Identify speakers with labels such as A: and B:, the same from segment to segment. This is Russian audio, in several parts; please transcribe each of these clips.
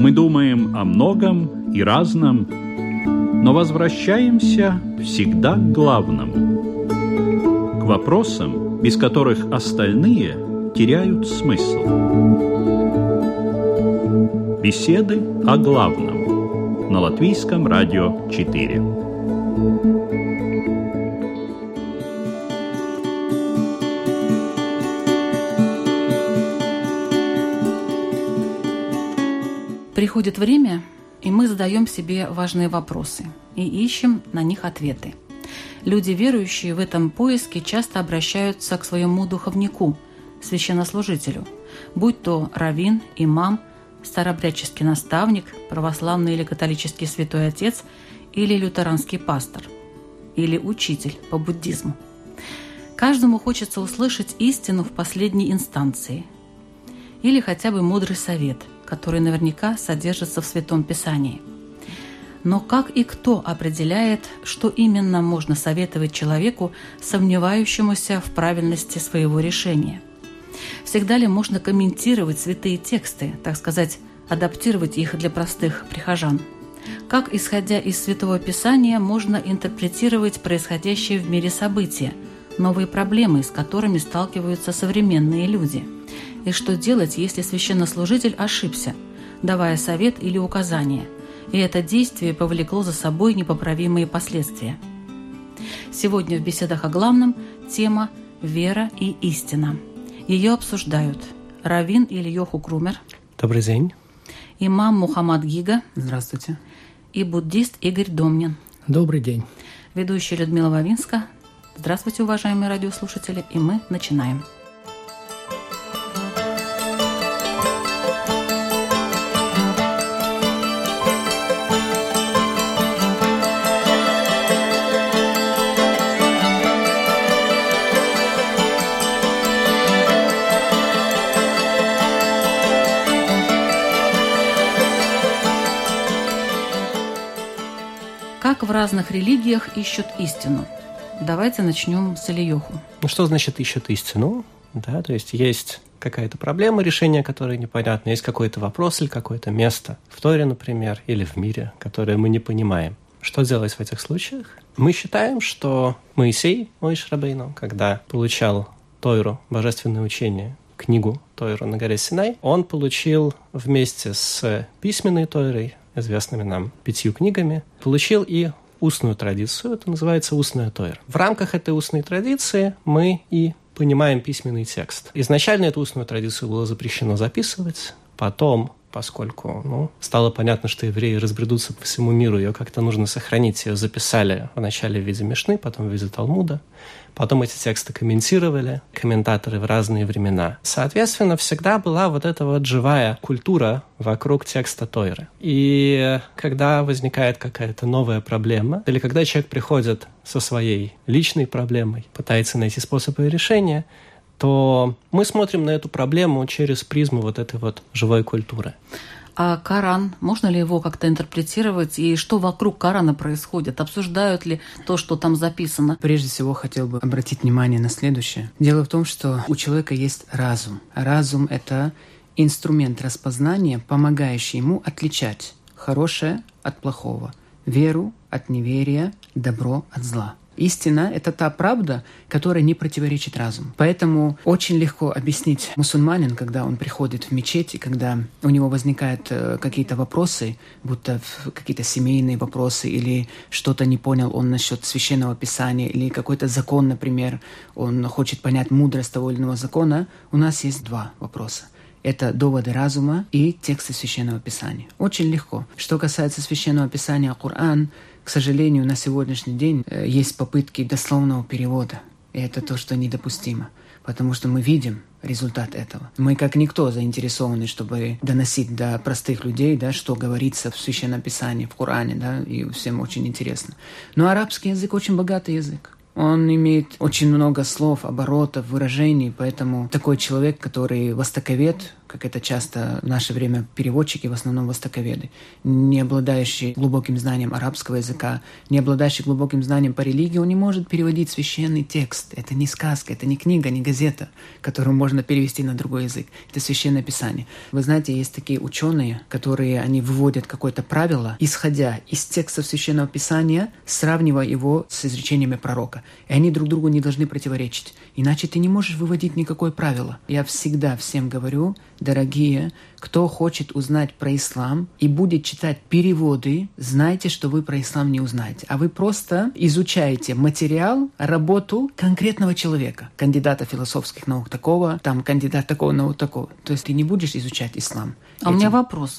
A: Мы думаем о многом и разном, но возвращаемся всегда к главному, к вопросам, без которых остальные теряют смысл. Беседы о главном на Латвийском радио 4.
B: Приходит время, и мы задаем себе важные вопросы и ищем на них ответы. Люди, верующие в этом поиске, часто обращаются к своему духовнику, священнослужителю, будь то раввин, имам, старообрядческий наставник, православный или католический святой отец или лютеранский пастор, или учитель по буддизму. Каждому хочется услышать истину в последней инстанции или хотя бы мудрый совет, который наверняка содержится в Святом Писании. Но как и кто определяет, что именно можно советовать человеку, сомневающемуся в правильности своего решения? Всегда ли можно комментировать святые тексты, так сказать, адаптировать их для простых прихожан? Как, исходя из Святого Писания, можно интерпретировать происходящие в мире события, новые проблемы, с которыми сталкиваются современные люди? И что делать, если священнослужитель ошибся, давая совет или указание, и это действие повлекло за собой непоправимые последствия? Сегодня в беседах о главном тема «Вера и истина». Ее обсуждают раввин Ильёху Крумер.
C: Добрый день.
B: Имам Мухаммад Гига.
D: Здравствуйте.
B: И буддист Игорь Домнин.
D: Добрый день.
B: Ведущая Людмила Вавинска. Здравствуйте, уважаемые радиослушатели, и мы начинаем. Как в разных религиях ищут истину? Давайте начнем с Ильёху.
C: Что значит ищут истину? Да, то есть какая-то проблема, решение которой непонятно, есть какой-то вопрос или какое-то место в Торе, например, или в мире, которое мы не понимаем. Что делать в этих случаях? Мы считаем, что Моисей, Моше Рабейну, когда получал Тойру, божественное учение, книгу Тойру на горе Синай, он получил вместе с письменной Тойрой, известными нам 5 книгами, получил и устную традицию, это называется устная Тойра. В рамках этой устной традиции мы и понимаем письменный текст. Изначально эту устную традицию было запрещено записывать, потом, поскольку стало понятно, что евреи разбредутся по всему миру, ее как-то нужно сохранить, ее записали вначале в виде Мишны, потом в виде Талмуда, потом эти тексты комментировали комментаторы в разные времена. Соответственно, всегда была вот эта вот живая культура вокруг текста Тойры. И когда возникает какая-то новая проблема, или когда человек приходит со своей личной проблемой, пытается найти способ ее решения, то мы смотрим на эту проблему через призму вот этой вот живой культуры.
B: А Коран, можно ли его как-то интерпретировать? И что вокруг Корана происходит? Обсуждают ли то, что там записано?
D: Прежде всего, хотел бы обратить внимание на следующее. Дело в том, что у человека есть разум. Разум — это инструмент распознания, помогающий ему отличать хорошее от плохого, веру от неверия, добро от зла. Истина — это та правда, которая не противоречит разуму. Поэтому очень легко объяснить мусульманин, когда он приходит в мечеть, и когда у него возникают какие-то вопросы, будто какие-то семейные вопросы, или что-то не понял он насчет священного писания, или какой-то закон, например, он хочет понять мудрость того или иного закона. У нас есть 2 вопроса. Это доводы разума и тексты Священного Писания. Очень легко. Что касается Священного Писания, Коран, к сожалению, на сегодняшний день есть попытки дословного перевода. И это то, что недопустимо. Потому что мы видим результат этого. Мы, как никто, заинтересованы, чтобы доносить до простых людей, что говорится в Священном Писании, в Коране, и всем очень интересно. Но арабский язык очень богатый язык. Он имеет очень много слов, оборотов, выражений, поэтому такой человек, который востоковед, как это часто в наше время переводчики, в основном востоковеды, не обладающие глубоким знанием арабского языка, не обладающий глубоким знанием по религии, он не может переводить священный текст. Это не сказка, это не книга, не газета, которую можно перевести на другой язык. Это священное писание. Вы знаете, есть такие ученые, которые они выводят какое-то правило, исходя из текстов священного писания, сравнивая его с изречениями пророка. И они друг другу не должны противоречить. Иначе ты не можешь выводить никакое правило. Я всегда всем говорю, дорогие, кто хочет узнать про ислам и будет читать переводы, знайте, что вы про ислам не узнаете. А вы просто изучаете материал, работу конкретного человека. Кандидата философских наук такого, там кандидат такого наук такого. То есть ты не будешь изучать ислам.
B: А у меня вопрос.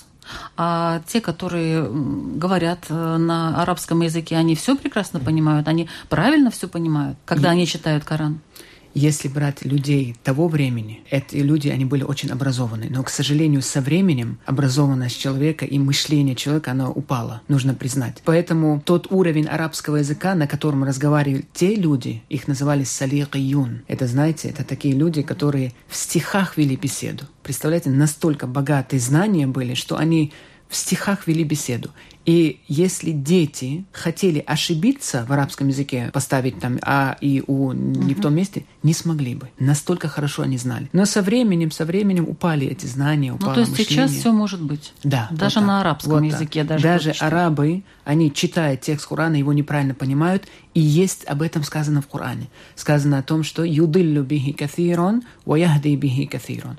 B: А те, которые говорят на арабском языке, они все прекрасно понимают? Они правильно все понимают, когда они читают Коран?
D: Если брать людей того времени, эти люди, они были очень образованы. Но, к сожалению, со временем образованность человека и мышление человека, оно упало, нужно признать. Поэтому тот уровень арабского языка, на котором разговаривали те люди, их называли салиқиюн. Это, знаете, это такие люди, которые в стихах вели беседу. Представляете, настолько богатые знания были, что они в стихах вели беседу. И если дети хотели ошибиться в арабском языке, поставить там «а» и «у» не в том месте, не смогли бы. Настолько хорошо они знали. Но со временем упали эти знания, упало
B: то есть
D: мышление.
B: сейчас все может быть.
D: Да.
B: Даже
D: вот
B: на арабском языке.
D: Даже арабы, они читают текст Корана, его неправильно понимают, и есть об этом сказано в Коране. Сказано о том, что «юдиллю бихи каthирон, ва яхди бихи каthирон».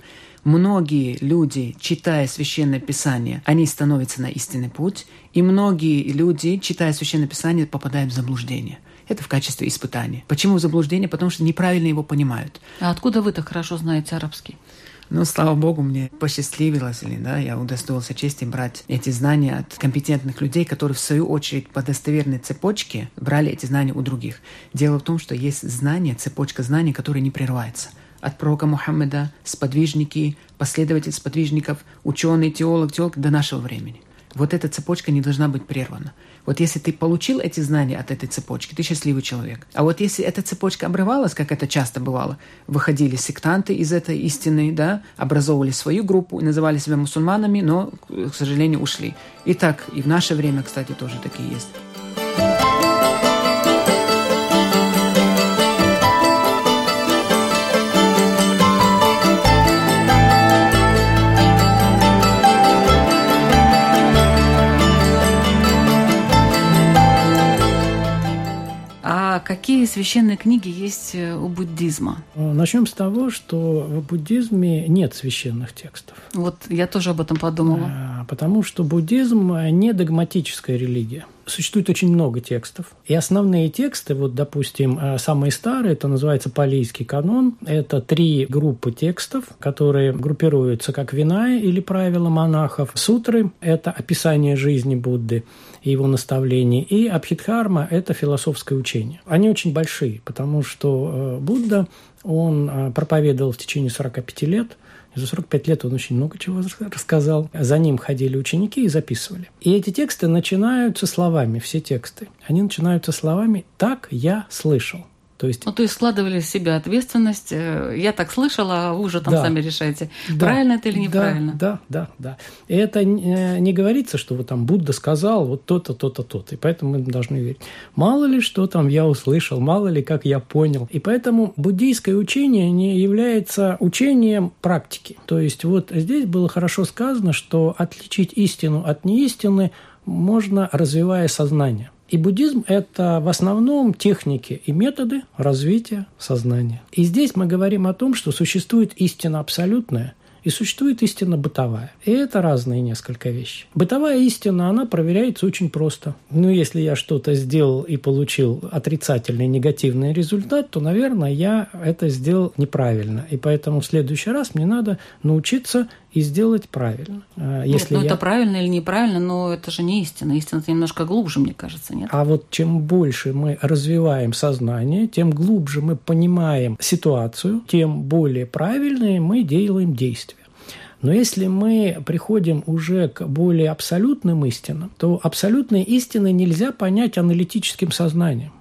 D: Многие люди, читая Священное Писание, они становятся на истинный путь, и многие люди, читая Священное Писание, попадают в заблуждение. Это в качестве испытания. Почему в заблуждение? Потому что неправильно его понимают.
B: А откуда вы так хорошо знаете арабский?
D: Ну, слава Богу, мне посчастливилось, я удостоился чести брать эти знания от компетентных людей, которые, в свою очередь, по достоверной цепочке брали эти знания у других. Дело в том, что есть знания, цепочка знаний, которая не прерывается. От пророка Мухаммеда, сподвижники, последователи сподвижников, ученый, теолог до нашего времени. Вот эта цепочка не должна быть прервана. Вот если ты получил эти знания от этой цепочки, ты счастливый человек. А вот если эта цепочка обрывалась, как это часто бывало, выходили сектанты из этой истины, образовывали свою группу и называли себя мусульманами, но, к сожалению, ушли. И так, и в наше время, кстати, тоже такие есть.
B: Какие священные книги есть у буддизма?
E: Начнем с того, что в буддизме нет священных текстов.
B: Вот я тоже об этом подумала.
E: Потому что буддизм не догматическая религия. Существует очень много текстов. И основные тексты, допустим, самые старые, это называется палийский канон. Это 3 группы текстов, которые группируются как виная или правила монахов. Сутры – это описание жизни Будды и его наставлений. И Абхидхарма – это философское учение. Они очень большие, потому что Будда, он проповедовал в течение 45 лет. И за 45 лет он очень много чего рассказал. За ним ходили ученики и записывали. И эти тексты начинаются словами, все тексты. Они начинаются словами «так я слышал». То есть
B: складывали в себя ответственность. Я так слышала, а вы уже там сами решаете, правильно это или неправильно.
E: Да. И это не говорится, что там Будда сказал вот то-то, то-то, то-то. И поэтому мы должны верить. Мало ли, что там я услышал, мало ли, как я понял. И поэтому буддийское учение не является учением практики. То есть здесь было хорошо сказано, что отличить истину от неистины можно, развивая сознание. И буддизм – это в основном техники и методы развития сознания. И здесь мы говорим о том, что существует истина абсолютная и существует истина бытовая. И это разные несколько вещи. Бытовая истина, она проверяется очень просто. Если я что-то сделал и получил отрицательный, негативный результат, то, наверное, я это сделал неправильно. И поэтому в следующий раз мне надо научиться и сделать правильно.
B: Это правильно или неправильно, но это же не истина. Истина-то немножко глубже, мне кажется, нет?
E: А чем больше мы развиваем сознание, тем глубже мы понимаем ситуацию, тем более правильные мы делаем действия. Но если мы приходим уже к более абсолютным истинам, то абсолютные истины нельзя понять аналитическим сознанием.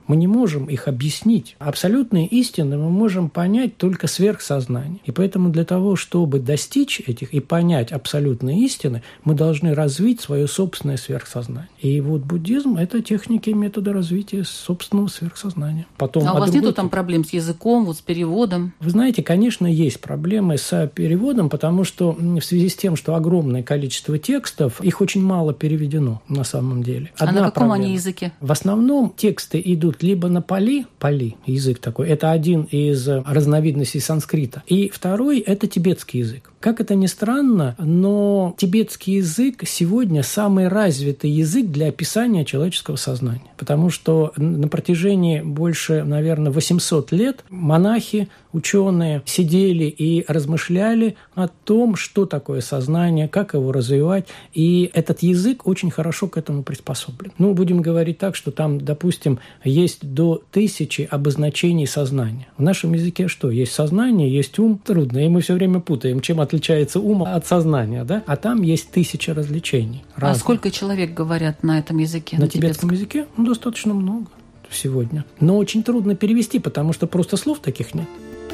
E: Мы не можем их объяснить. Абсолютные истины мы можем понять только сверхсознанием. И поэтому для того, чтобы достичь этих и понять абсолютные истины, мы должны развить свое собственное сверхсознание. И вот буддизм – это техники и методы развития собственного сверхсознания. Потом,
B: у вас нету там проблем с языком, вот с переводом?
E: Вы знаете, конечно, есть проблемы с переводом, потому что в связи с тем, что огромное количество текстов, их очень мало переведено на самом деле.
B: А на каком они языке?
E: В основном тексты идут либо на пали, язык такой, это один из разновидностей санскрита, и второй – это тибетский язык. Как это ни странно, но тибетский язык сегодня самый развитый язык для описания человеческого сознания, потому что на протяжении больше, наверное, 800 лет монахи, ученые сидели и размышляли о том, что такое сознание, как его развивать, и этот язык очень хорошо к этому приспособлен. Ну, будем говорить так, что там, допустим, есть до 1000 обозначений сознания. В нашем языке что? Есть сознание, есть ум. Трудно, и мы все время путаем, чем отличается ум от сознания, да? А там есть 1000 развлечений. Разных.
B: А сколько человек говорят на этом языке?
E: На тибетском языке? Ну, достаточно много сегодня. Но очень трудно перевести, потому что просто слов таких нет.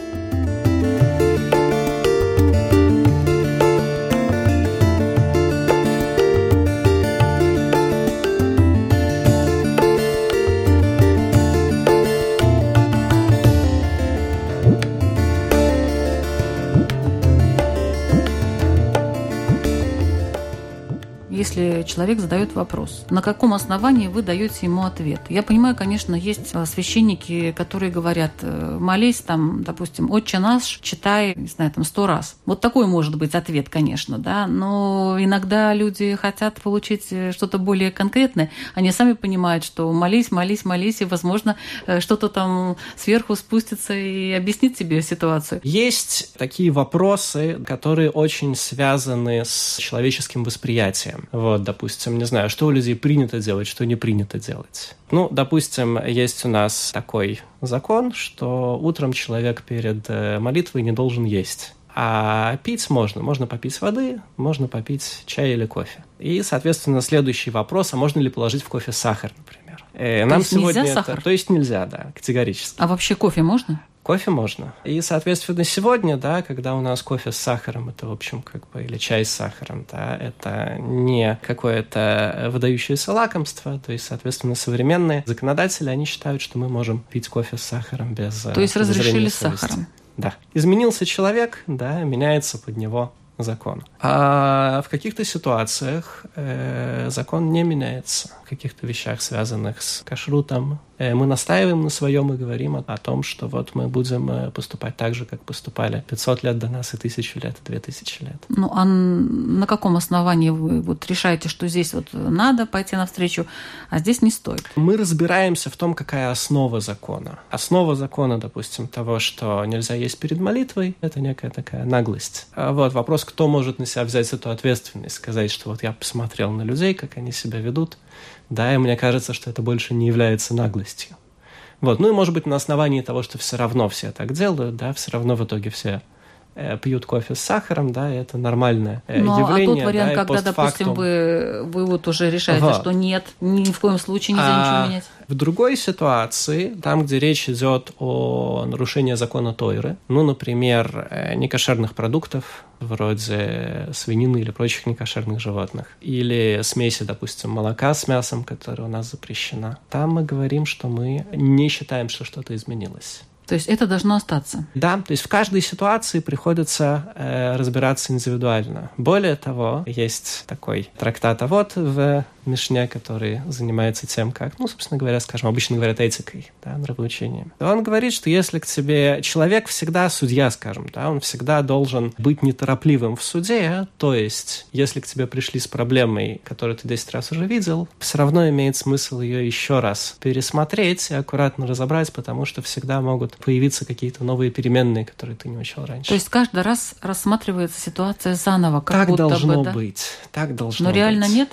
B: Если человек задает вопрос, на каком основании вы даете ему ответ? Я понимаю, конечно, есть священники, которые говорят, молись там, допустим, «Отче наш», читай, не знаю, там 100 раз. Вот такой может быть ответ, конечно, да, но иногда люди хотят получить что-то более конкретное. Они сами понимают, что молись, молись, молись, и, возможно, что-то там сверху спустится и объяснит тебе ситуацию.
C: Есть такие вопросы, которые очень связаны с человеческим восприятием. Вот, допустим, не знаю, что у людей принято делать, что не принято делать. Ну, допустим, есть у нас такой закон, что утром человек перед молитвой не должен есть. А пить можно. Можно попить воды, можно попить чай или кофе. И, соответственно, следующий вопрос, а можно ли положить в кофе сахар, например?
B: То есть нельзя сахар?
C: То есть нельзя, да, категорически.
B: А вообще кофе можно?
C: Кофе можно. И, соответственно, сегодня, да, когда у нас кофе с сахаром, это, в общем, как бы, или чай с сахаром, да, это не какое-то выдающееся лакомство, то есть, соответственно, современные законодатели, они считают, что мы можем пить кофе с сахаром без
B: То есть разрешили с
C: совести.
B: сахаром?
C: Да. Изменился человек, да, меняется под него закон. А в каких-то ситуациях закон не меняется. В каких-то вещах, связанных с кашрутом, мы настаиваем на своем и говорим о том, что вот мы будем поступать так же, как поступали 500 лет до нас, и 1000 лет, и 2000 лет.
B: Ну, а на каком основании вы вот решаете, что здесь вот надо пойти навстречу, а здесь не стоит?
C: Мы разбираемся в том, какая основа закона. Основа закона, допустим, того, что нельзя есть перед молитвой, это некая такая наглость. Вот вопрос, кто может на себя взять эту ответственность, сказать, что вот я посмотрел на людей, как они себя ведут, да, и мне кажется, что это больше не является наглостью. Вот. Ну и, может быть, на основании того, что все равно все так делают, да, все равно в итоге все пьют кофе с сахаром, да, и это нормальное явление.
B: А тот вариант,
C: да,
B: когда, допустим, вы вот уже решаете, что нет, ни в коем случае нельзя ничего менять.
C: В другой ситуации, там, где речь идет о нарушении закона Тойры, ну, например, некошерных продуктов, вроде свинины или прочих некошерных животных, или смеси, допустим, молока с мясом, которая у нас запрещена, там мы говорим, что мы не считаем, что что-то изменилось.
B: То есть это должно остаться?
C: Да, то есть в каждой ситуации приходится разбираться индивидуально. Более того, есть такой трактат Авот в Мишне, который занимается тем, как, ну, собственно говоря, скажем, обычно говорят этикой, да, нравоучением. Он говорит, что если к тебе человек всегда судья, скажем, да, он всегда должен быть неторопливым в суде, то есть если к тебе пришли с проблемой, которую ты 10 раз уже видел, все равно имеет смысл ее еще раз пересмотреть и аккуратно разобрать, потому что всегда могут появиться какие-то новые переменные, которые ты не учел раньше.
B: То есть каждый раз рассматривается ситуация заново, как
C: так
B: будто
C: должно
B: бы, да?
C: быть. Так должно быть.
B: Но реально нет?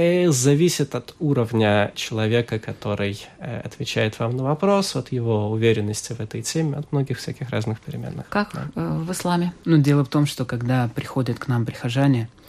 C: Зависит от уровня человека, который отвечает вам на вопрос, от его уверенности в этой теме, от многих всяких разных переменных.
B: Как в исламе?
D: Ну, дело в том, что когда приходят к нам прихожане,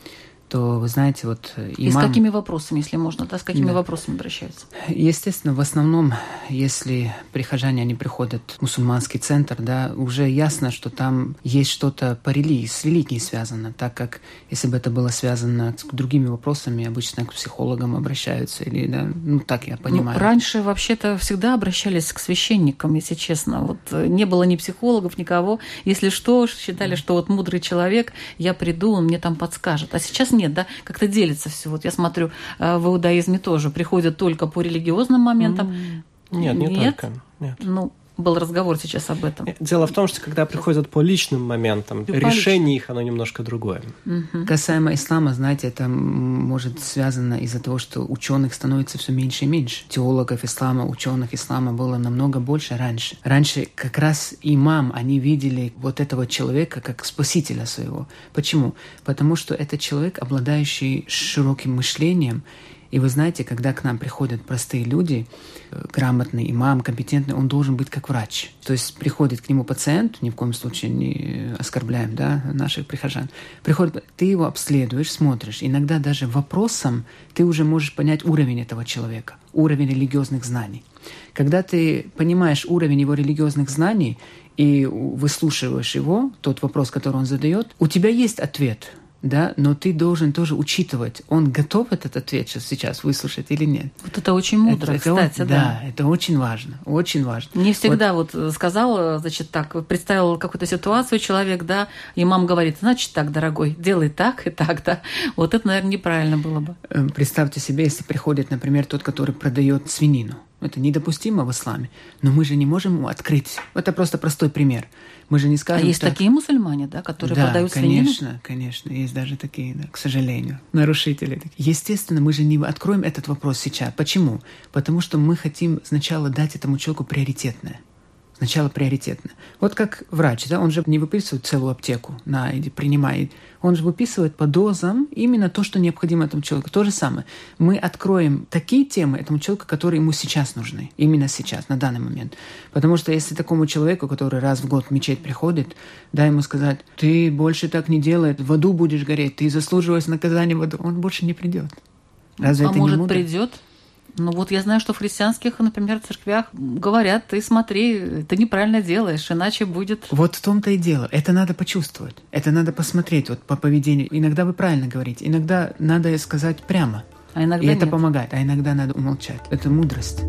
D: то, вы знаете, вот имам...
B: И с какими вопросами, если можно, да, с какими вопросами обращаются?
D: Естественно, в основном, если прихожане, они приходят в мусульманский центр, да, уже ясно, что там есть что-то по религии, с религией связано, так как если бы это было связано с другими вопросами, обычно к психологам обращаются, или, да, ну, так я понимаю.
B: Ну, раньше вообще-то всегда обращались к священникам, если честно. Вот не было ни психологов, никого. Если что, считали, что вот мудрый человек, я приду, он мне там подскажет. А сейчас нет, да, как-то делится все. Вот я смотрю, в иудаизме тоже приходят только по религиозным моментам.
C: Нет, не только. Нет.
B: Ну, был разговор сейчас об этом.
C: Дело в том, что когда приходят по личным моментам, решение их, оно немножко другое.
D: Касаемо ислама, знаете, это может связано из-за того, что ученых становится все меньше и меньше. Теологов ислама, ученых ислама было намного больше раньше. Раньше как раз имам, они видели вот этого человека как спасителя своего. Почему? Потому что это человек, обладающий широким мышлением. И вы знаете, когда к нам приходят простые люди, грамотный имам, компетентный, он должен быть как врач. То есть приходит к нему пациент, ни в коем случае не оскорбляем, да, наших прихожан. Приходит, ты его обследуешь, смотришь. Иногда даже вопросом ты уже можешь понять уровень этого человека, уровень религиозных знаний. Когда ты понимаешь уровень его религиозных знаний и выслушиваешь его, тот вопрос, который он задает, у тебя есть ответ. Да, но ты должен тоже учитывать, он готов этот ответ сейчас выслушать или нет.
B: Вот это очень мудро, кстати,
D: да. Это очень важно, очень важно.
B: Не всегда вот сказал, значит, так, представил какую-то ситуацию человек, да, имам говорит, значит так, дорогой, делай так и так, да. Вот это, наверное, неправильно было бы.
D: Представьте себе, если приходит, например, тот, который продает свинину. Это недопустимо в исламе, но мы же не можем ему открыть. Это просто простой пример. Мы же не скажем...
B: А есть
D: так...
B: такие мусульмане, да, которые продают свинину?
D: Да, конечно, есть даже такие, да, к сожалению, нарушители. Естественно, мы же не откроем этот вопрос сейчас. Почему? Потому что мы хотим сначала дать этому человеку приоритетное. Сначала приоритетно. Вот как врач, да, он же не выписывает целую аптеку, принимает. Он же выписывает по дозам именно то, что необходимо этому человеку. То же самое. Мы откроем такие темы этому человеку, которые ему сейчас нужны. Именно сейчас, на данный момент. Потому что если такому человеку, который раз в год в мечеть приходит, да, ему сказать, ты больше так не делай, в аду будешь гореть, ты заслуживаешь наказания в аду, он больше не придет. Разве это
B: может,
D: не мудро?
B: Придет? Ну вот я знаю, что в христианских, например, церквях говорят, ты смотри, ты неправильно делаешь, иначе будет...
D: Вот в том-то и дело. Это надо почувствовать. Это надо посмотреть вот по поведению. Иногда вы правильно говорите, иногда надо сказать прямо.
B: А иногда
D: и
B: нет.
D: Это помогает, а иногда надо умолчать. Это мудрость.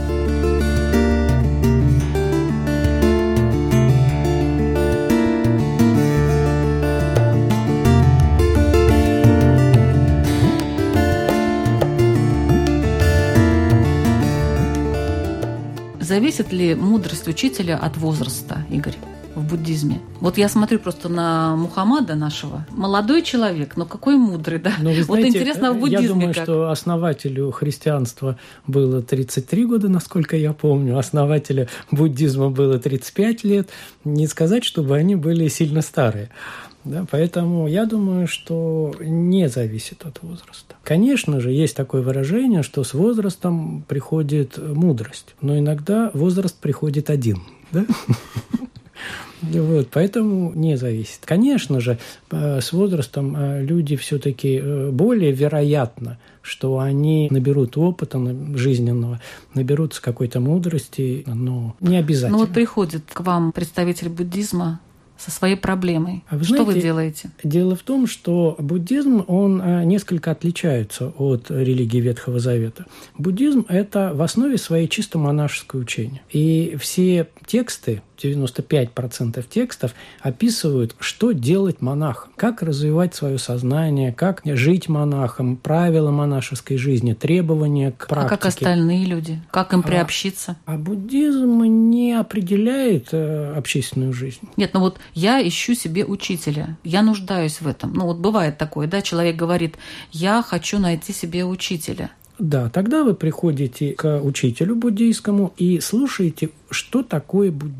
B: Зависит ли мудрость учителя от возраста, Игорь, в буддизме? Вот я смотрю просто на Мухаммада нашего. Молодой человек, но какой мудрый, да?
E: Но вы знаете,
B: вот интересно, в буддизме
E: я думаю,
B: как?
E: что основателю христианства было 33 года, насколько я помню. Основателю буддизма было 35 лет. Не сказать, чтобы они были сильно старые. Да, поэтому я думаю, что не зависит от возраста. Конечно же, есть такое выражение, что с возрастом приходит мудрость, но иногда возраст приходит один. Да? Вот, поэтому не зависит. Конечно же, с возрастом люди все-таки более вероятно, что они наберут опыта жизненного, наберутся какой-то мудрости, но не обязательно.
B: Ну вот приходит к вам представитель буддизма со своей проблемой.
E: А вы
B: что
E: знаете,
B: вы делаете?
E: Дело в том, что буддизм, он несколько отличается от религии Ветхого Завета. Буддизм – это в основе своей чисто монашеское учение. И все тексты, 95% текстов описывают, что делать монахом, как развивать свое сознание, как жить монахом, правила монашеской жизни, требования к практике.
B: А как остальные люди? Как им приобщиться?
E: А буддизм не определяет общественную жизнь.
B: Нет, ну вот я ищу себе учителя, я нуждаюсь в этом. Ну вот бывает такое, да, человек говорит, я хочу найти себе учителя.
E: Да, тогда вы приходите к учителю буддийскому и слушаете, что такое буддизм.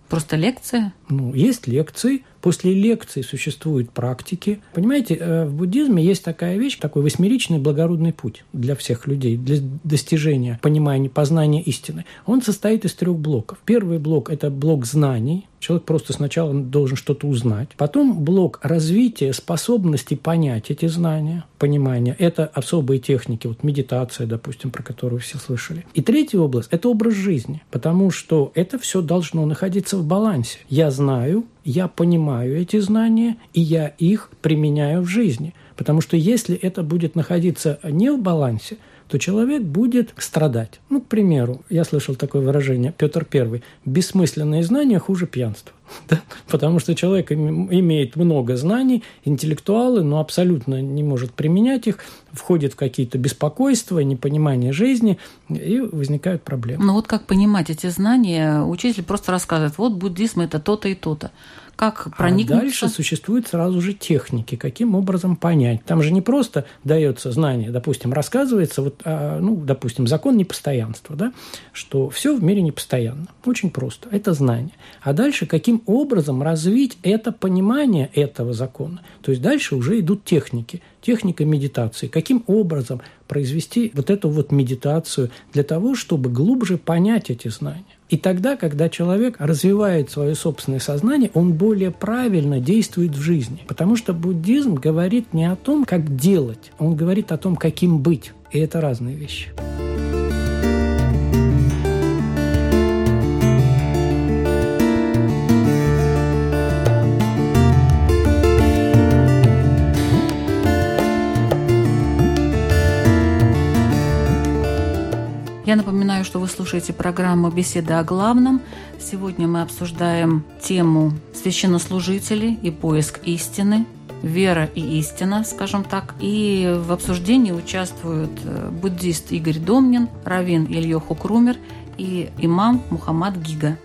B: Просто лекция?
E: Есть лекции. После лекций существуют практики. Понимаете, в буддизме есть такая вещь, такой 8-ричный благородный путь для всех людей, для достижения понимания, познания истины. Он состоит из 3 блоков. Первый блок – это блок знаний. Человек просто сначала должен что-то узнать. Потом блок развития способности понять эти знания, понимания. Это особые техники, медитация, допустим, про которую все слышали. И третья область – это образ жизни, потому что это все должно находиться в балансе. Я знаю, я понимаю эти знания, и я их применяю в жизни. Потому что если это будет находиться не в балансе, то человек будет страдать. К примеру, я слышал такое выражение, Петр I: «Бессмысленные знания хуже пьянства». Да? Потому что человек имеет много знаний, интеллектуалы, но абсолютно не может применять их, входит в какие-то беспокойства, непонимание жизни, и возникают проблемы.
B: Как понимать эти знания? Учитель просто рассказывает, буддизм – это то-то и то-то. Как проникнуться?
E: А дальше существуют сразу же техники, каким образом понять. Там же не просто дается знание, допустим, рассказывается, допустим, закон непостоянства, да, что все в мире непостоянно. Очень просто. Это знание. А дальше каким образом развить это понимание этого закона. То есть дальше уже идут техники. Техника медитации. Каким образом произвести эту медитацию для того, чтобы глубже понять эти знания. И тогда, когда человек развивает свое собственное сознание, он более правильно действует в жизни. Потому что буддизм говорит не о том, как делать, он говорит о том, каким быть. И это разные вещи.
B: Я напоминаю, что вы слушаете программу «Беседа о главном». Сегодня мы обсуждаем тему священнослужителей и поиск истины, вера и истина, скажем так. И в обсуждении участвуют буддист Игорь Домнин, раввин Ильёху Крумер и имам Мухаммад Гига.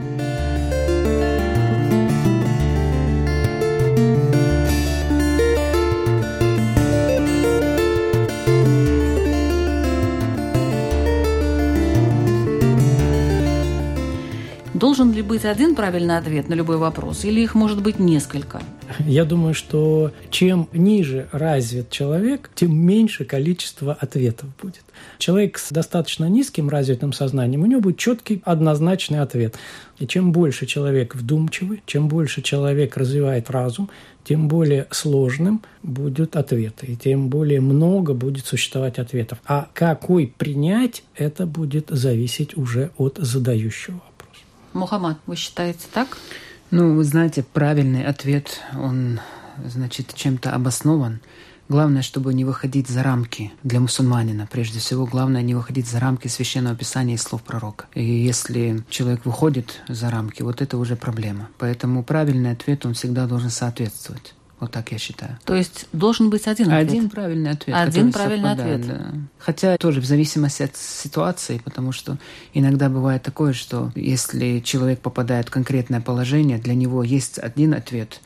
B: Должен ли быть один правильный ответ на любой вопрос, или их может быть несколько?
E: Я думаю, что чем ниже развит человек, тем меньше количество ответов будет. Человек с достаточно низким развитым сознанием, у него будет четкий, однозначный ответ. И чем больше человек вдумчивый, чем больше человек развивает разум, тем более сложным будут ответы, и тем более много будет существовать ответов. А какой принять, это будет зависеть уже от задающего.
B: Мухаммад, вы считаете так?
D: Вы знаете, правильный ответ, он, чем-то обоснован. Главное, чтобы не выходить за рамки для мусульманина. Прежде всего, главное не выходить за рамки Священного Писания и слов пророка. И если человек выходит за рамки, это уже проблема. Поэтому правильный ответ, он всегда должен соответствовать. Вот так я считаю.
B: То есть должен быть один ответ?
D: Один правильный ответ.
B: Один правильный ответ.
D: Да. Хотя тоже в зависимости от ситуации, потому что иногда бывает такое, что если человек попадает в конкретное положение, для него есть один ответ,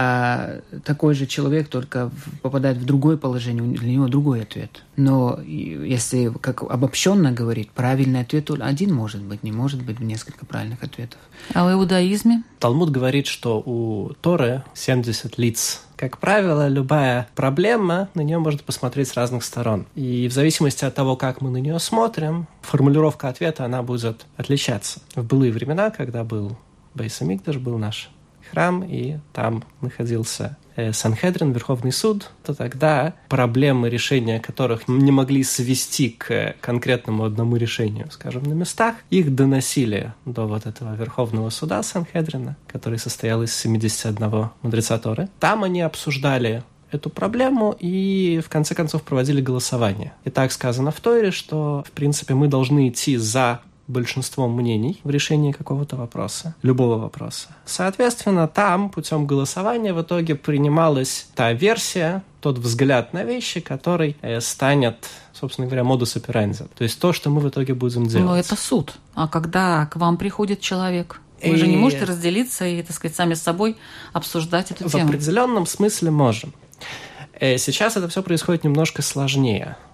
D: а такой же человек только попадает в другое положение, для него другой ответ. Но если как обобщенно говорить, правильный ответ один может быть, не может быть несколько правильных ответов.
B: А в иудаизме?
C: Талмуд говорит, что у Торы 70 лиц. Как правило, любая проблема, на нее можно посмотреть с разных сторон. И в зависимости от того, как мы на нее смотрим, формулировка ответа, она будет отличаться. В былые времена, когда был Бейс Амикдаш, был наш храм, и там находился Санхедрин, Верховный суд, то тогда проблемы, решения которых не могли свести к конкретному одному решению, скажем, на местах, их доносили до этого Верховного суда Санхедрина, который состоял из 71 мудреца Торы. Там они обсуждали эту проблему и, в конце концов, проводили голосование. И так сказано в Торе, что, в принципе, мы должны идти за большинством мнений в решении какого-то вопроса, любого вопроса. Соответственно, там путем голосования в итоге принималась та версия, тот взгляд на вещи, который станет, собственно говоря, модус операнди. То есть то, что мы в итоге будем делать.
B: Но это суд. А когда к вам приходит человек? Вы же не можете разделиться и, сами с собой обсуждать эту тему.
C: В определенном смысле можем. Сейчас это все происходит немножко сложнее.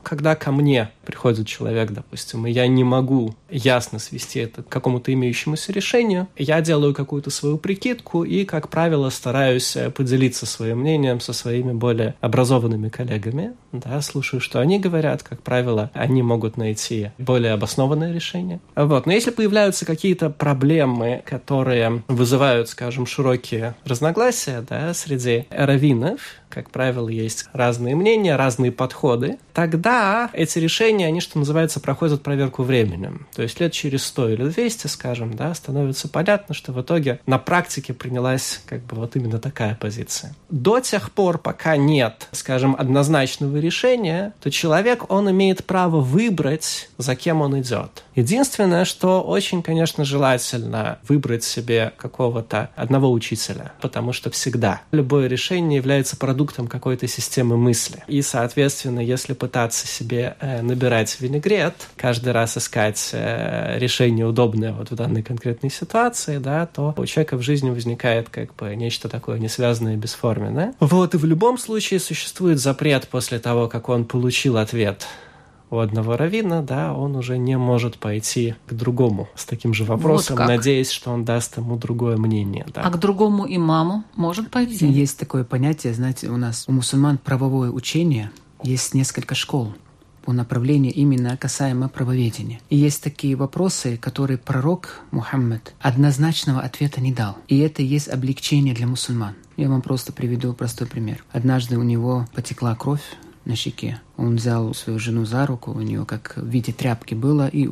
C: когда ко мне приходит человек, допустим, и я не могу ясно свести это к какому-то имеющемуся решению, я делаю какую-то свою прикидку и, как правило, стараюсь поделиться своим мнением со своими более образованными коллегами, да, слушаю, что они говорят, как правило, они могут найти более обоснованное решение. Вот. Но если появляются какие-то проблемы, которые вызывают, скажем, широкие разногласия, да, среди раввинов, как правило, есть разные мнения, разные подходы, тогда эти решения, они, что называется, проходят проверку временем. То есть лет через 100 или 200, скажем, да, становится понятно, что в итоге на практике принялась как бы вот именно такая позиция. До тех пор, пока нет, скажем, однозначного решения, то человек, он имеет право выбрать, за кем он идет. Единственное, что очень, конечно, желательно выбрать себе какого-то одного учителя, потому что всегда любое решение является продуктом какой-то системы мысли. И, соответственно, если пытаться себе набирать винегрет, каждый раз искать решение удобное вот в данной конкретной ситуации, да, то у человека в жизни возникает как бы нечто такое несвязанное и бесформенное. Вот, и в любом случае существует запрет после того, как он получил ответ у одного раввина, да, он уже не может пойти к другому с таким же вопросом, вот надеясь, что он даст ему другое мнение. Да.
B: А к другому имаму может пойти?
D: Есть такое понятие, знаете, у нас, у мусульман правовое учение, есть несколько школ по направлению именно касаемо правоведения. И есть такие вопросы, которые пророк Мухаммад однозначного ответа не дал. И это и есть облегчение для мусульман. Я вам просто приведу простой пример. Однажды у него потекла кровь на щеке. Он взял свою жену за руку, у нее как в виде тряпки было, и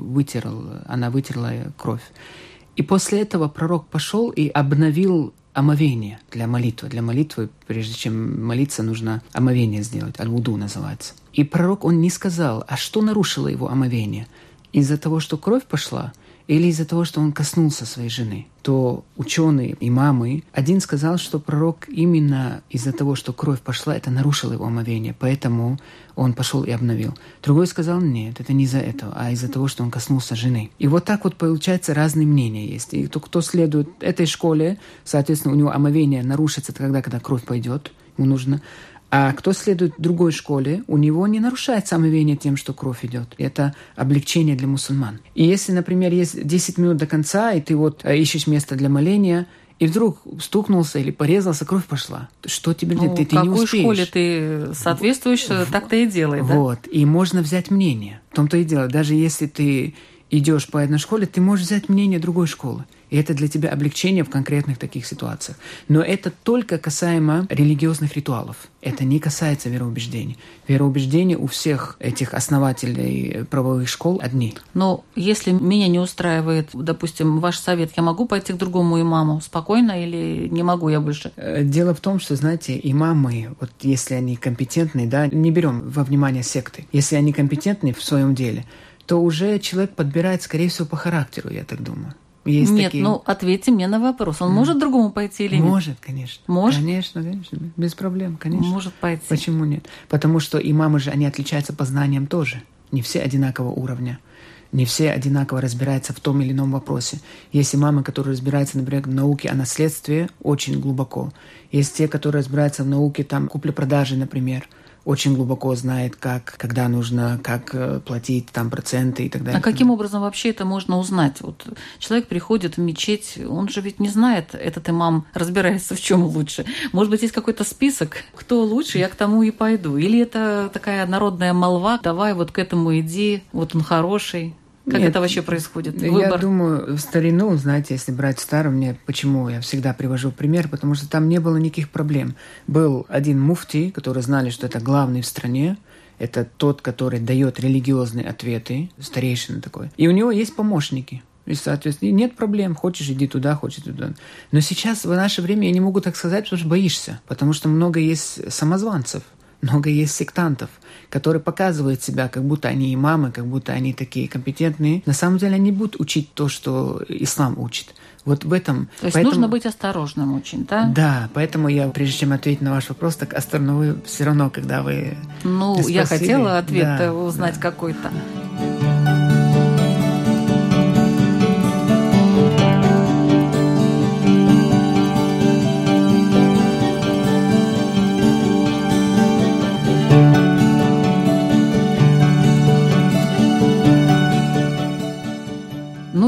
D: она вытерла кровь. И после этого пророк пошел и обновил омовение для молитвы. Для молитвы, прежде чем молиться, нужно омовение сделать, аль-вуду называется. И пророк, он не сказал, а что нарушило его омовение? Из-за того, что кровь пошла, или из-за того, что он коснулся своей жены? То ученые, имамы, один сказал, что пророк именно из-за того, что кровь пошла, это нарушило его омовение, поэтому он пошел и обновил. Другой сказал, нет, это не из-за этого, а из-за того, что он коснулся жены. И вот так вот, получается, разные мнения есть. И кто следует этой школе, соответственно, у него омовение нарушится тогда, когда кровь пойдет, ему нужно. А кто следует другой школе, у него не нарушается омовение тем, что кровь идет. Это облегчение для мусульман. И если, например, есть 10 минут до конца, и ты вот ищешь место для моления, и вдруг стукнулся или порезался, кровь пошла. Что тебе делать? Ты не успеешь.
B: В какой школе ты соответствуешь, так ты и делай, да?
D: Вот. И можно взять мнение. В том-то и дело. Даже если ты идешь по одной школе, ты можешь взять мнение другой школы. И это для тебя облегчение в конкретных таких ситуациях. Но это только касаемо религиозных ритуалов. Это не касается вероубеждений. Вероубеждения у всех этих основателей правовых школ одни.
B: Но если меня не устраивает, допустим, ваш совет, я могу пойти к другому имаму спокойно или не могу я больше?
D: Дело в том, что, знаете, имамы, вот если они компетентны, да, не берем во внимание секты, если они компетентны в своем деле, то уже человек подбирает, скорее всего, по характеру, я так думаю. Есть
B: нет,
D: такие...
B: ну ответьте мне на вопрос. Он может другому пойти или нет?
D: Может, конечно.
B: Может?
D: Конечно, без проблем, конечно.
B: Может пойти.
D: Почему нет? Потому что имамы же, они отличаются по знаниям тоже. Не все одинакового уровня. Не все одинаково разбираются в том или ином вопросе. Есть имамы, которые разбираются, например, в науке о наследстве очень глубоко. Есть те, которые разбираются в науке там, купли-продажи, например. Очень глубоко знает, когда нужно, как платить там проценты и так далее.
B: А каким образом вообще это можно узнать? Вот человек приходит в мечеть, он же ведь не знает, этот имам разбирается в чем лучше. Может быть, есть какой-то список, кто лучше, я к тому и пойду. Или это такая народная молва, давай вот к этому иди, вот он хороший. Как это вообще происходит? Выбор?
D: Я думаю, в старину, знаете, если брать старую, почему я всегда привожу пример, потому что там не было никаких проблем. Был один муфти, который знали, что это главный в стране, это тот, который дает религиозные ответы, старейшина такой. И у него есть помощники. И, соответственно, нет проблем, хочешь иди туда, хочешь туда. Но сейчас, в наше время, я не могу так сказать, потому что боишься, потому что много есть самозванцев. Много есть сектантов, которые показывают себя, как будто они имамы, как будто они такие компетентные. На самом деле они будут учить то, что ислам учит. Вот в этом...
B: То есть нужно быть осторожным очень, да?
D: Да, поэтому я, прежде чем ответить на ваш вопрос, так осторожно вы все равно, когда вы спросили,
B: я хотела ответ узнать какой-то.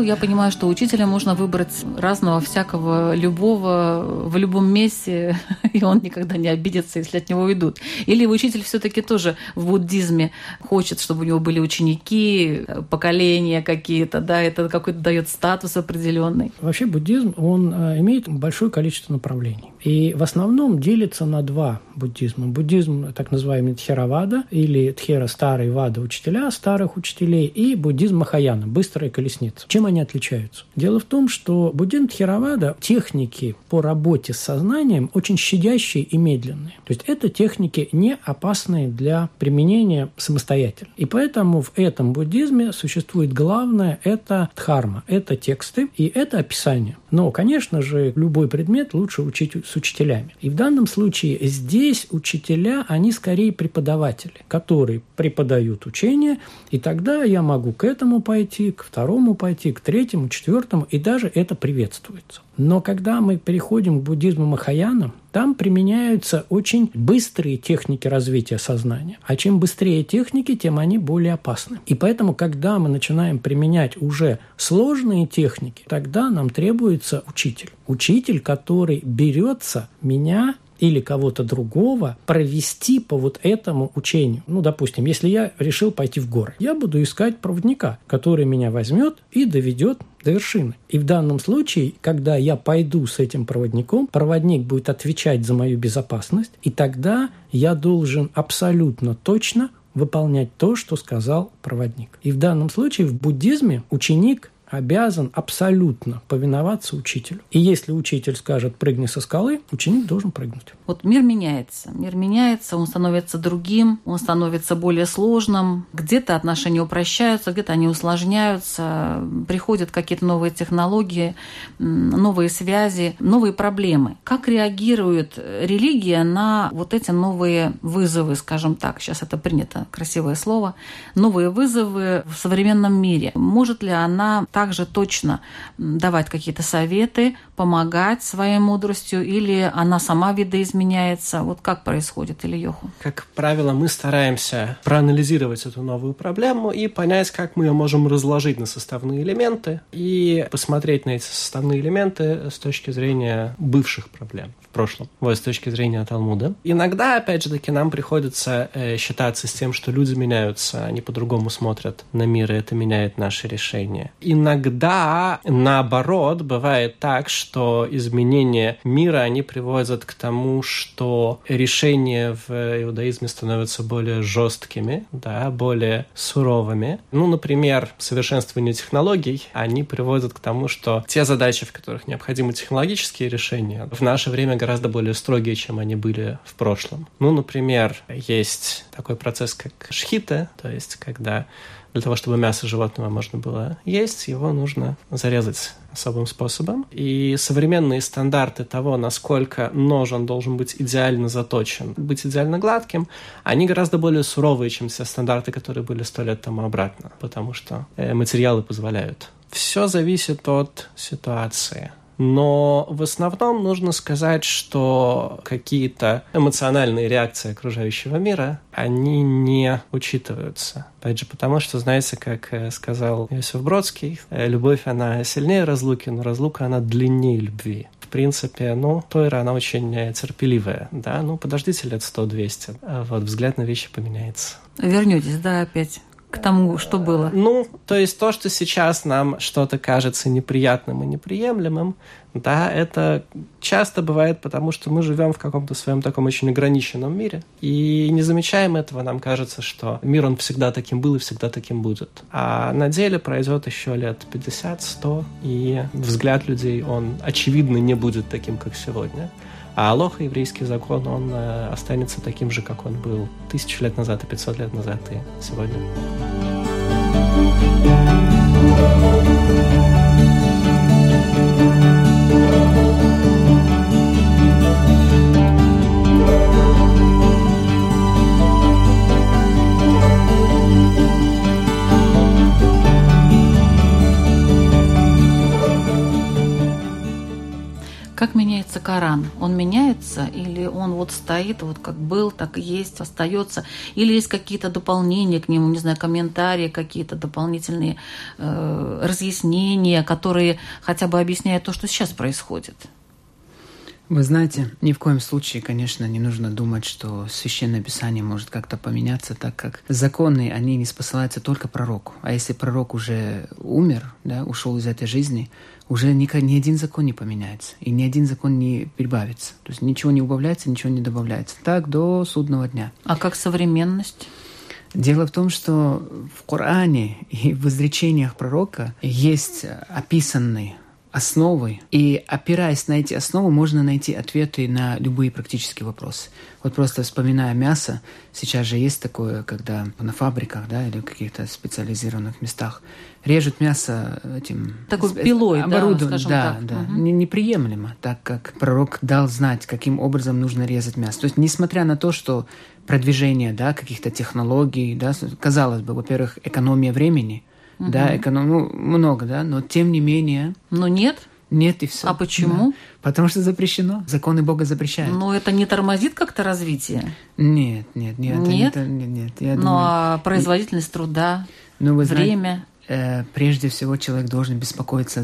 B: я понимаю, что учителя можно выбрать разного, всякого, любого, в любом месте, и он никогда не обидится, если от него уйдут. Или учитель все-таки тоже в буддизме хочет, чтобы у него были ученики, поколения какие-то, да, это какой-то дает статус определенный.
E: Вообще буддизм, он имеет большое количество направлений. И в основном делится на два буддизма. Буддизм, так называемый Тхеравада, или Тхера старый, Вада учителя старых учителей, и буддизм Махаяна, быстрая колесница. Чем они отличаются? Дело в том, что буддизм Тхеравада, техники по работе с сознанием очень щадящие и медленные. То есть это техники не опасные для применения самостоятельно. И поэтому в этом буддизме существует главное – это дхарма, это тексты и это описание. Но, конечно же, любой предмет лучше учить с учителями. И в данном случае здесь учителя, они скорее преподаватели, которые преподают учение, и тогда я могу к этому пойти, к второму пойти, к третьему, четвертому, и даже это приветствуется. Но когда мы переходим к буддизму Махаяна, там применяются очень быстрые техники развития сознания. А чем быстрее техники, тем они более опасны. И поэтому, когда мы начинаем применять уже сложные техники, тогда нам требуется учитель. Учитель, который берется меня или кого-то другого провести по вот этому учению. Ну, допустим, если я решил пойти в горы, я буду искать проводника, который меня возьмет и доведет до вершины. И в данном случае, когда я пойду с этим проводником, проводник будет отвечать за мою безопасность, и тогда я должен абсолютно точно выполнять то, что сказал проводник. И в данном случае в буддизме ученик обязан абсолютно повиноваться учителю. И если учитель скажет «прыгни со скалы», ученик должен прыгнуть.
B: Вот мир меняется, он становится другим, он становится более сложным. Где-то отношения упрощаются, где-то они усложняются, приходят какие-то новые технологии, новые связи, новые проблемы. Как реагирует религия на вот эти новые вызовы, скажем так, сейчас это принято, красивое слово, новые вызовы в современном мире? Может ли она также точно давать какие-то советы, помогать своей мудростью, или она сама видоизменяется? Вот как происходит, Ильёху?
C: Как правило, мы стараемся проанализировать эту новую проблему и понять, как мы ее можем разложить на составные элементы и посмотреть на эти составные элементы с точки зрения бывших проблем в прошлом, с точки зрения Талмуда. Иногда, опять же таки, нам приходится считаться с тем, что люди меняются, они по-другому смотрят на мир, и это меняет наши решения. Иногда, наоборот, бывает так, что изменения мира, они приводят к тому, что решения в иудаизме становятся более жесткими, да, более суровыми. Например, совершенствование технологий, они приводят к тому, что те задачи, в которых необходимы технологические решения, в наше время гораздо более строгие, чем они были в прошлом. Например, есть такой процесс, как шхита, то есть когда для того, чтобы мясо животного можно было есть, его нужно зарезать особым способом. И современные стандарты того, насколько нож он должен быть идеально заточен, быть идеально гладким, они гораздо более суровые, чем те стандарты, которые были 100 лет тому обратно, потому что материалы позволяют. Все зависит от ситуации. Но в основном нужно сказать, что какие-то эмоциональные реакции окружающего мира, они не учитываются. Опять же, потому что, знаете, как сказал Иосиф Бродский, любовь, она сильнее разлуки, но разлука, она длиннее любви. В принципе, Тойра, она очень терпеливая, да, подождите лет 100-200, взгляд на вещи поменяется.
B: Вернётесь, да, опять к тому, что было.
C: То есть то, что сейчас нам что-то кажется неприятным и неприемлемым, да, это часто бывает, потому что мы живем в каком-то своем таком очень ограниченном мире, и не замечаем этого, нам кажется, что мир, он всегда таким был и всегда таким будет. А на деле пройдет еще лет 50-100, и взгляд людей, он, очевидно, не будет таким, как сегодня. А алоха, еврейский закон, он останется таким же, как он был 1000 лет назад и 500 лет назад и сегодня.
B: Как меняется Коран, он меняется или он вот стоит, вот как был, так и есть, остается? Или есть какие-то дополнения к нему, не знаю, комментарии, какие-то дополнительные разъяснения, которые хотя бы объясняют то, что сейчас происходит?
D: Вы знаете, ни в коем случае, конечно, не нужно думать, что Священное Писание может как-то поменяться, так как законы, они не спосылаются только пророку. А если пророк уже умер, да, ушел из этой жизни, уже ни один закон не поменяется, и ни один закон не прибавится. То есть ничего не убавляется, ничего не добавляется. Так до судного дня.
B: А как современность?
D: Дело в том, что в Коране и в изречениях пророка есть описанные основы, и опираясь на эти основы, можно найти ответы на любые практические вопросы. Вот просто вспоминая мясо, сейчас же есть такое, когда на фабриках, да, или в каких-то специализированных местах режут мясо этим
B: такой пилой,
D: оборудованием,
B: скажем так.
D: Да. Неприемлемо, так как пророк дал знать, каким образом нужно резать мясо. То есть, несмотря на то, что продвижение, да, каких-то технологий, да, казалось бы, во-первых, экономия времени, да, много, да, но тем не менее...
B: Но нет?
D: Нет, и все.
B: А почему?
D: Да. Потому что запрещено. Законы Бога запрещают.
B: Но это не тормозит как-то развитие?
D: Нет.
B: Нет?
D: Я думаю,
B: а производительность труда, время?
D: Знаете, прежде всего человек должен беспокоиться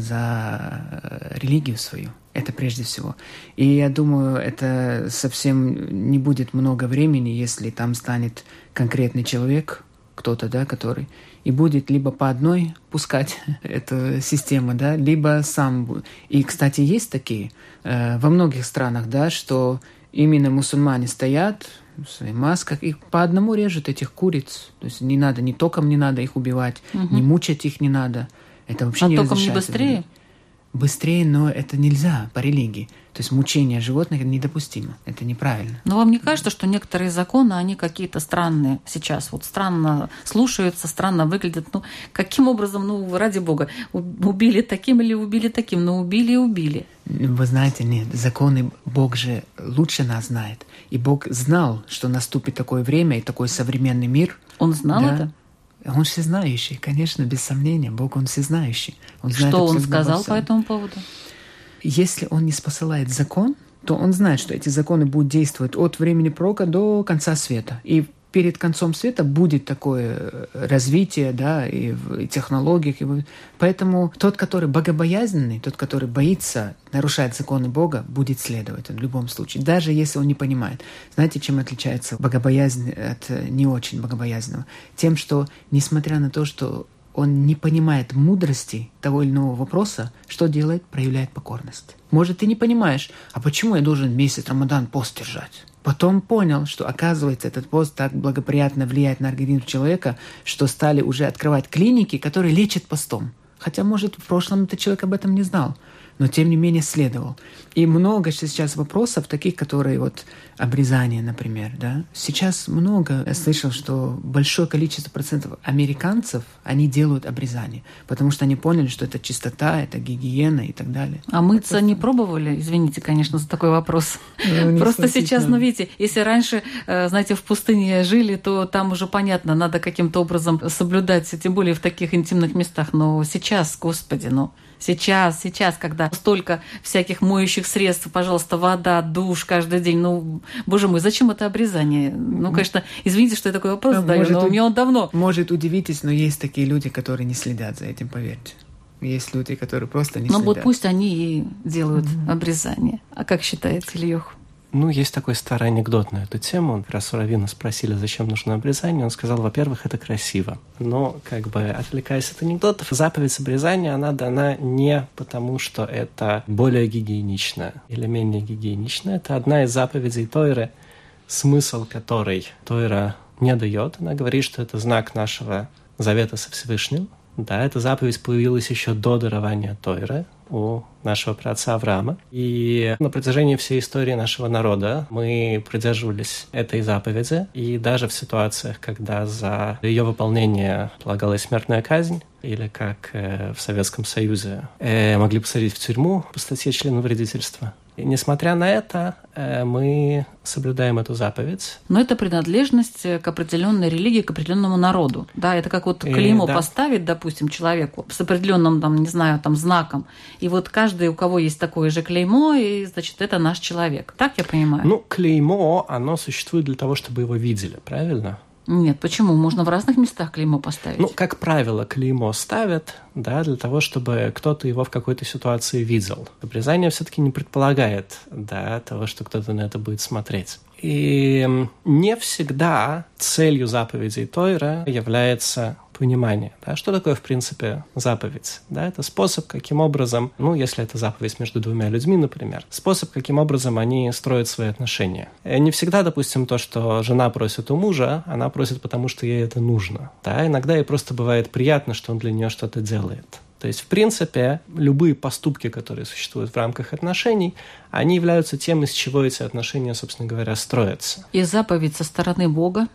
D: за религию свою. Это прежде всего. И я думаю, это совсем не будет много времени, если там станет конкретный человек, кто-то, да, который и будет либо по одной пускать эту систему, да, либо сам. И, кстати, есть такие во многих странах, да, что именно мусульмане стоят в своих масках и по одному режут этих куриц. То есть не надо, ни током не надо их убивать, не мучать их не надо. Это вообще не разрешается.
B: А током не быстрее?
D: Быстрее, но это нельзя по религии. То есть мучение животных недопустимо. Это неправильно.
B: Но вам не кажется, что некоторые законы, они какие-то странные сейчас? Вот странно слушаются, странно выглядят. Ну, каким образом, ради Бога, убили таким или убили таким? Ну, убили и убили.
D: Вы знаете, нет, законы Бог же лучше нас знает. И Бог знал, что наступит такое время и такой современный мир.
B: Он знал это?
D: Он всезнающий, конечно, без сомнения. Бог, Он всезнающий. Он знает,
B: что Он сказал по этому поводу?
D: Если Он не спосылает закон, то Он знает, что эти законы будут действовать от времени пророка до конца света. И перед концом света будет такое развитие, да, и в технологиях. Поэтому тот, который богобоязненный, тот, который боится нарушать законы Бога, будет следовать в любом случае, даже если он не понимает. Знаете, чем отличается богобоязнь от не очень богобоязненного? Тем, что, несмотря на то, что он не понимает мудрости того или иного вопроса, что делает? Проявляет покорность. Может, ты не понимаешь, а почему я должен месяц Рамадан пост держать? Потом понял, что, оказывается, этот пост так благоприятно влияет на организм человека, что стали уже открывать клиники, которые лечат постом. Хотя, может, в прошлом этот человек об этом не знал, но, тем не менее, следовал. И много сейчас вопросов, таких, которые обрезание, например, да. Сейчас много, я слышал, что большое количество процентов американцев, они делают обрезание, потому что они поняли, что это чистота, это гигиена и так далее.
B: А мыться не пробовали? Извините, конечно, за такой вопрос. Просто сейчас, видите, если раньше, знаете, в пустыне жили, то там уже понятно, надо каким-то образом соблюдать, тем более в таких интимных местах. Но сейчас, Господи, Сейчас, когда столько всяких моющих средств, пожалуйста, вода, душ каждый день. Боже мой, зачем это обрезание? Конечно, извините, что я такой вопрос задаю, но у меня он давно.
D: Может, удивитесь, но есть такие люди, которые не следят за этим, поверьте. Есть люди, которые просто не следят.
B: Вот пусть они и делают обрезание. А как считаете, Ильёх?
C: Есть такой старый анекдот на эту тему. Раз у раввина спросили, зачем нужно обрезание, он сказал, во-первых, это красиво. Но, отвлекаясь от анекдотов, заповедь обрезания, она дана не потому, что это более гигиенично или менее гигиенично. Это одна из заповедей Тойры, смысл которой Тойра не дает. Она говорит, что это знак нашего завета со Всевышним. Да, эта заповедь появилась еще до дарования Тойры у нашего праотца Авраама. И на протяжении всей истории нашего народа мы придерживались этой заповеди. И даже в ситуациях, когда за ее выполнение полагалась смертная казнь, или как в Советском Союзе могли посадить в тюрьму по статье членовредительства, И несмотря на это, мы соблюдаем эту заповедь.
B: Но это принадлежность к определенной религии, к определенному народу. Да, это как вот клеймо поставить, допустим, человеку с определенным, там, не знаю, там, знаком. И вот каждый, у кого есть такое же клеймо, и, значит, это наш человек. Так я понимаю?
C: Ну, клеймо, оно существует для того, чтобы его видели, правильно?
B: Нет, почему? Можно в разных местах клеймо поставить.
C: Ну, как правило, клеймо ставят, да, для того, чтобы кто-то его в какой-то ситуации видел. Обрезание все-таки не предполагает, да, того, что кто-то на это будет смотреть. И не всегда целью заповедей Тойра является понимание. Да? Что такое, в принципе, заповедь? Да? Это способ, каким образом, ну, если это заповедь между двумя людьми, например, способ, каким образом они строят свои отношения. И не всегда, допустим, то, что жена просит у мужа, она просит, потому что ей это нужно. Да? Иногда ей просто бывает приятно, что он для нее что-то делает. То есть, в принципе, любые поступки, которые существуют в рамках отношений, они являются тем, из чего эти отношения, собственно говоря, строятся.
B: И заповедь со стороны Бога?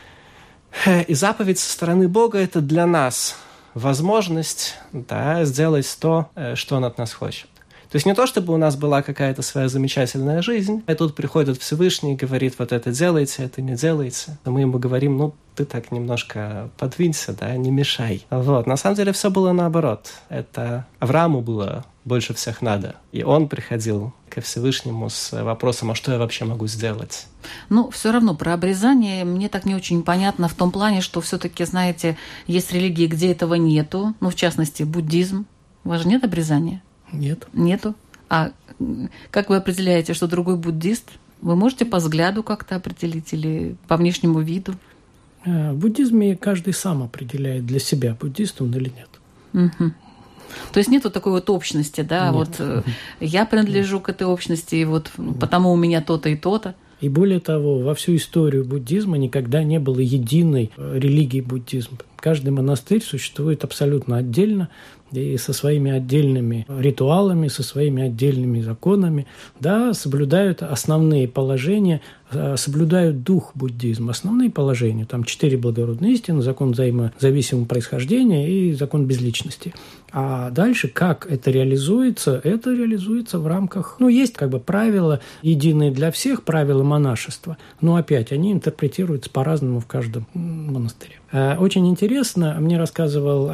C: И заповедь со стороны Бога – это для нас возможность, да, сделать то, что Он от нас хочет. То есть не то, чтобы у нас была какая-то своя замечательная жизнь, и тут приходит Всевышний и говорит, вот это делайте, это не делайте. А мы ему говорим, ну, ты так немножко подвинься, да, не мешай. Вот. На самом деле все было наоборот. Это Аврааму было больше всех надо. И он приходил ко Всевышнему с вопросом, а что я вообще могу сделать?
B: Ну, все равно про обрезание мне так не очень понятно в том плане, что все-таки, знаете, есть религии, где этого нету. Ну, в частности, буддизм. У вас же нет обрезания?
E: Нет.
B: Нету? А как вы определяете, что другой буддист? Вы можете по взгляду как-то определить или по внешнему виду?
E: В буддизме каждый сам определяет для себя, буддист он или нет.
B: Угу. То есть нету такой вот общности, да?
E: Нет.
B: Вот я принадлежу к этой общности, и вот потому у меня то-то и то-то.
E: И более того, во всю историю буддизма никогда не было единой религии буддизма. Каждый монастырь существует абсолютно отдельно и со своими отдельными ритуалами, со своими отдельными законами, да, соблюдают основные положения, соблюдают дух буддизма. Основные положения, там 4 благородные истины, закон взаимозависимого происхождения и закон безличности. А дальше, как это реализуется в рамках... Ну, есть как бы правила, единые для всех, правила монашества, но опять они интерпретируются по-разному в каждом монастыре. Очень интересно, мне рассказывал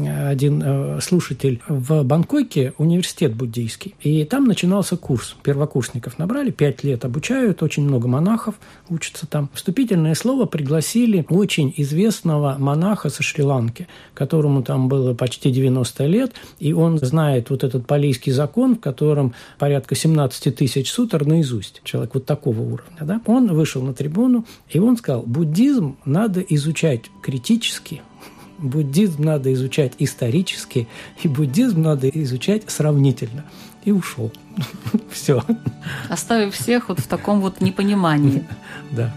E: один слушатель, в Бангкоке университет буддийский, и там начинался курс. Первокурсников набрали, 5 лет обучают, очень много монахов учатся там. Вступительное слово пригласили очень известного монаха со Шри-Ланки, которому там было почти 90 лет, и он знает вот этот палийский закон, в котором порядка 17 тысяч сутр наизусть. Человек вот такого уровня. Да? Он вышел на трибуну, и он сказал, буддизм надо изучать критически, буддизм надо изучать исторически, и буддизм надо изучать сравнительно. И ушел. Все.
B: Оставив всех вот в таком вот непонимании.
E: Да.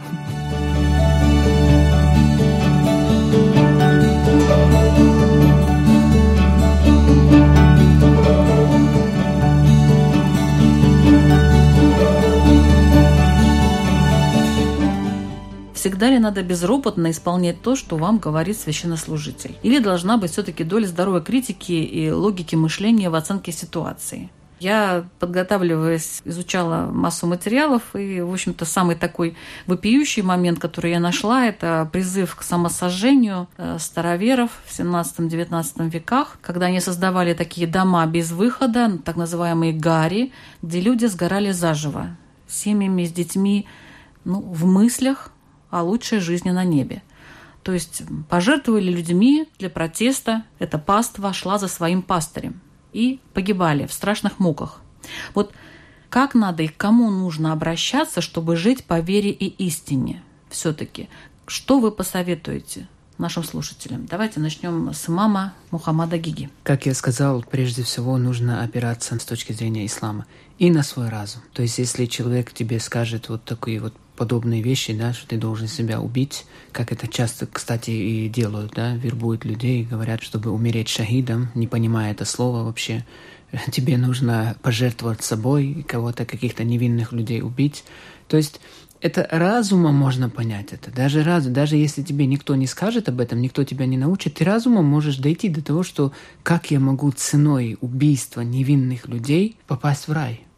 B: Всегда ли надо безропотно исполнять то, что вам говорит священнослужитель? Или должна быть все-таки доля здоровой критики и логики мышления в оценке ситуации? Я, подготавливаясь, изучала массу материалов, и, в общем-то, самый такой вопиющий момент, который я нашла, это призыв к самосожжению староверов в 17-19 веках, когда они создавали такие дома без выхода, так называемые гари, где люди сгорали заживо, с семьями, с детьми, в мыслях о лучшей жизни на небе. То есть пожертвовали людьми для протеста, эта паства шла за своим пастырем и погибали в страшных муках. Вот как надо и к кому нужно обращаться, чтобы жить по вере и истине все-таки? Что вы посоветуете нашим слушателям? Давайте начнем с имама Мухаммада Гиги.
D: Как я сказал, прежде всего нужно опираться с точки зрения ислама и на свой разум. То есть если человек тебе скажет вот такие вот подобные вещи, да, что ты должен себя убить, как это часто, кстати, и делают, да, вербуют людей, говорят, чтобы умереть шахидом, не понимая это слово вообще, тебе нужно пожертвовать собой, кого-то, каких-то невинных людей убить. То есть это разумом можно понять это. Даже если тебе никто не скажет об этом, никто тебя не научит, ты разумом можешь дойти до того, что как я могу ценой убийства невинных людей попасть в рай.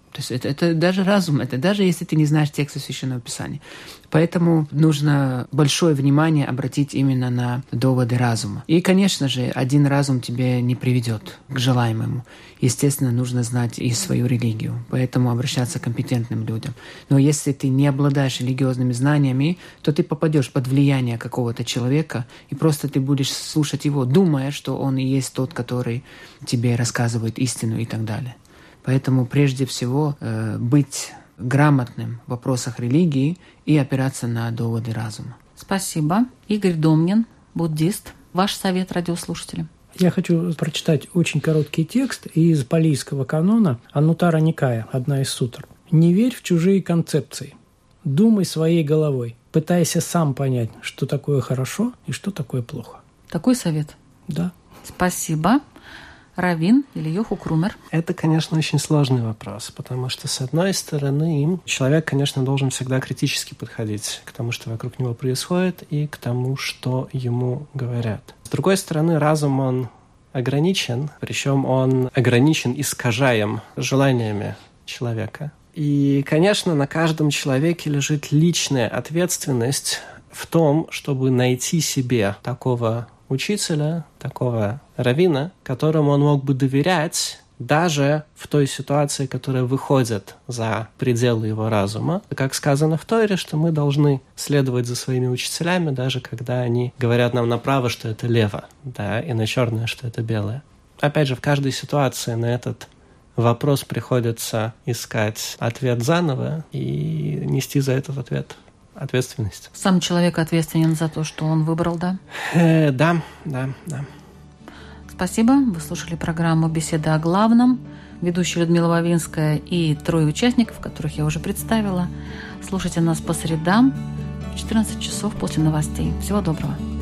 D: То есть это даже разум, это даже если ты не знаешь текста Священного Писания. Поэтому нужно большое внимание обратить именно на доводы разума. И, конечно же, один разум тебе не приведет к желаемому. Естественно, нужно знать и свою религию, поэтому обращаться к компетентным людям. Но если ты не обладаешь религиозными знаниями, то ты попадешь под влияние какого-то человека, и просто ты будешь слушать его, думая, что он и есть тот, который тебе рассказывает истину и так далее. Поэтому прежде всего быть грамотным в вопросах религии и опираться на доводы разума.
B: Спасибо. Игорь Домнин, буддист. Ваш совет радиослушателям?
E: Я хочу прочитать очень короткий текст из палийского канона Ануттара Никая, одна из сутр. «Не верь в чужие концепции. Думай своей головой. Пытайся сам понять, что такое хорошо и что такое плохо».
B: Такой совет?
E: Да.
B: Спасибо. Равин или Йоху Крумер?
C: Это, конечно, очень сложный вопрос, потому что, с одной стороны, человек, конечно, должен всегда критически подходить к тому, что вокруг него происходит, и к тому, что ему говорят. С другой стороны, разум, он ограничен, причем он ограничен искажаем желаниями человека. И, конечно, на каждом человеке лежит личная ответственность в том, чтобы найти себе такого учителя, такого раввина, которому он мог бы доверять даже в той ситуации, которая выходит за пределы его разума. Как сказано в Торе, что мы должны следовать за своими учителями, даже когда они говорят нам направо, что это лево, да, и на черное, что это белое. Опять же, в каждой ситуации на этот вопрос приходится искать ответ заново и нести за этот ответ ответственность.
B: Сам человек ответственен за то, что он выбрал, да?
C: Да.
B: Спасибо. Вы слушали программу «Беседа о главном». Ведущая Людмила Вавинская и 3 участников, которых я уже представила. Слушайте нас по средам в 14 часов после новостей. Всего доброго.